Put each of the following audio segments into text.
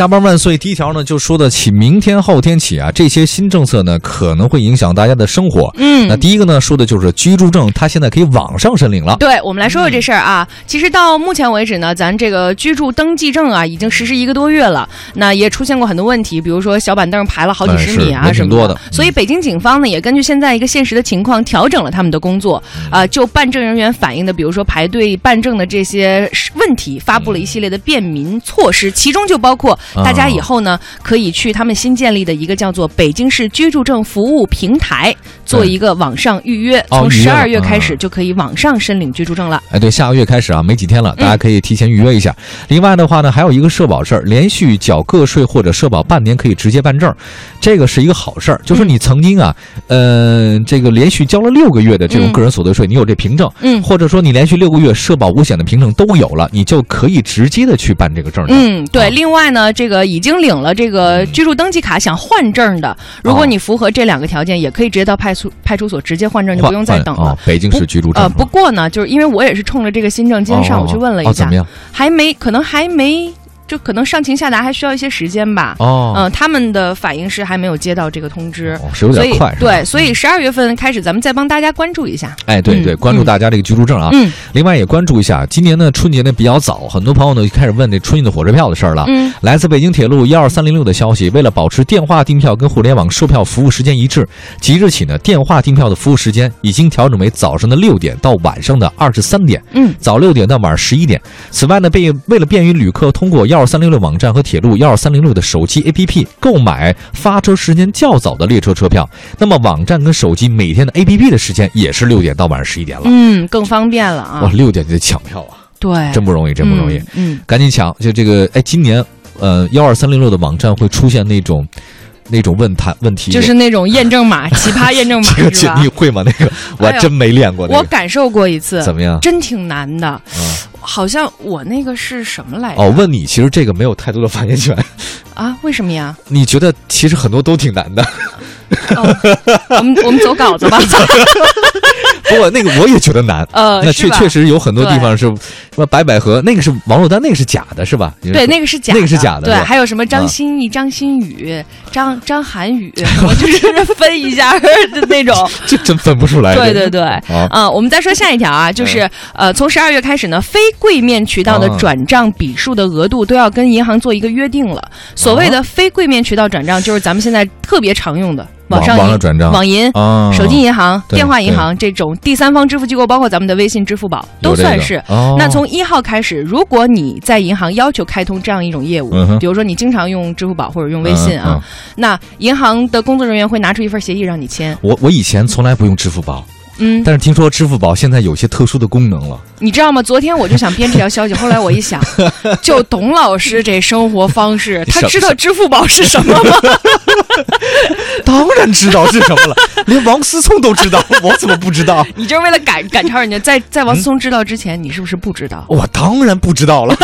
下班万岁！第一条呢，就说的起明天后天起啊，这些新政策呢可能会影响大家的生活。那第一个呢，说的就是居住证，它现在可以网上申领了。 对，我们来说说这事儿啊。其实到目前为止呢，咱这个居住登记证啊，已经实施1个多月了，那也出现过很多问题，比如说小板凳排了好几十米啊什么的。所以北京警方呢，也根据现在一个现实的情况，调整了他们的工作。就办证人员反映的，比如说排队办证的这些问题，发布了一系列的便民措施，其中就包括大家以后呢可以去他们新建立的一个叫做北京市居住证服务平台做一个网上预约，从12月开始就可以网上申领居住证了。 对，下个月开始啊，没几天了，大家可以提前预约一下。另外的话呢，还有一个社保事儿，连续缴个税或者社保半年可以直接办证，这个是一个好事儿。就是你曾经啊，这个连续交了6个月的这种个人所得税，你有这凭证，或者说你连续6个月社保五险的凭证都有了，你就可以直接的去办这个证。 对。另外呢，这个已经领了这个居住登记卡想换证的，如果你符合这2个条件，也可以直接到派出所直接换证，就不用再等了。 北京市居住证。 不过呢，就是因为我也是冲着这个新证，今天上午去问了一下， 怎么样？ 可能还没。就可能上情下达还需要一些时间吧。他们的反应是还没有接到这个通知， 是有点快。 对，所以12月份开始，咱们再帮大家关注一下。 对，关注大家这个居住证啊。另外也关注一下，今年呢春节呢比较早，很多朋友呢就开始问这春运的火车票的事儿了。来自北京铁路12306的消息，为了保持电话订票跟互联网售票服务时间一致，即日起呢，电话订票的服务时间已经调整为早上的6点到晚上的23点。早6点到晚11点。此外呢，为了便于旅客通过12306网站和铁路12306的手机 APP 购买发车时间较早的列车车票，那么网站跟手机每天的 APP 的时间也是6点到晚上11点了。 更方便了啊！ 哇，6点就得抢票啊！ 对， 真不容易，真不容易。赶紧抢！就这个，今年12306的网站会出现那种问题， 就是那种验证码，奇葩验证码是吧？ 这个你会吗？那个我还真没练过。 我感受过一次， 怎么样？ 真挺难的。好像我那个是什么来着？ 问你，其实这个没有太多的发言权啊？为什么呀？ 你觉得其实很多都挺难的。 我们走稿子吧。 不过那个我也觉得难。那确实有很多地方是什么白百合，那个是王珞丹，那个是假的，是吧？ 对，那个是假的， 那个是假的。 对，还有什么张歆艺、张馨予、张涵予，我就是分一下的那种， 这真分不出来。 对。我们再说下一条啊，就是从12月开始呢，非柜面渠道的转账笔数的额度都要跟银行做一个约定了。所谓的非柜面渠道转账，就是咱们现在特别常用的。网上转账、 网银、手机银行、电话银行这种第三方支付机构，包括咱们的微信、支付宝都算是。那从1号开始，如果你在银行要求开通这样一种业务，比如说你经常用支付宝或者用微信啊，那银行的工作人员会拿出一份协议让你签。 我以前从来不用支付宝。但是听说支付宝现在有些特殊的功能了， 你知道吗？昨天我就想编这条消息，后来我一想，就董老师这生活方式，他知道支付宝是什么吗？ 当然知道是什么了，连王思聪都知道，我怎么不知道？ 你就是为了赶超人家，在王思聪知道之前，你是不是不知道？ 我当然不知道了。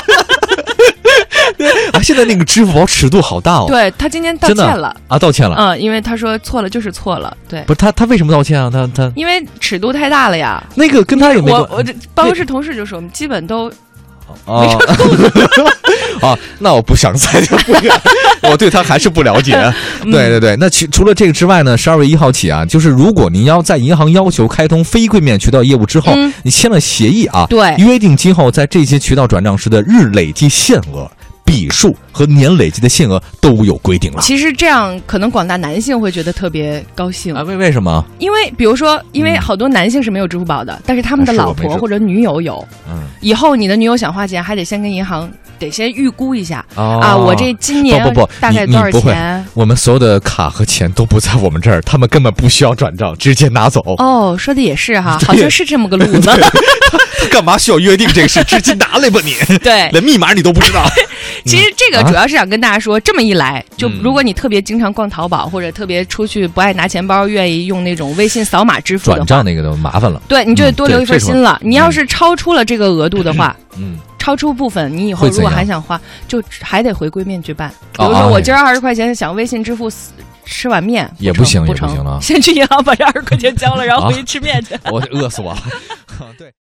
现在那个支付宝尺度好大哦。 对，他今天道歉了啊，道歉了。 因为他说错了就是错了。对， 不是他为什么道歉啊？他因为尺度太大了呀。 那个跟他有没有？ 我这办公室同事就说，我们基本都没这够啊。那我不想再我对他还是不了解。对。那除了这个之外呢，12月1号起啊，就是如果您要在银行要求开通非柜面渠道业务之后，你签了协议啊， 对， 约定今后在这些渠道转账时的日累计限额、笔数和年累计的限额都有规定了。 其实这样可能广大男性会觉得特别高兴啊。为什么？因为比如说，因为好多男性是没有支付宝的，但是他们的老婆或者女友有。以后你的女友想花钱，还得先跟银行得先预估一下啊。我这今年大概多少钱？ 我们所有的卡和钱都不在我们这儿，他们根本不需要转账，直接拿走。 说的也是哈，好像是这么个路子。 他干嘛需要约定这个事？直接拿来吧你。 对， 连密码你都不知道。 其实这个主要是想跟大家说，这么一来，就如果你特别经常逛淘宝，或者特别出去不爱拿钱包，愿意用那种微信扫码支付的话， 转账那个都麻烦了。 对，你就得多留一份心了。你要是超出了这个额度的话，超出部分，你以后如果还想花，就还得回柜面去办。比如说我今儿20块钱想微信支付吃碗面， 也不行， 不成了，先去银行把这20块钱交了，然后回去吃面去。 我饿死我了。对。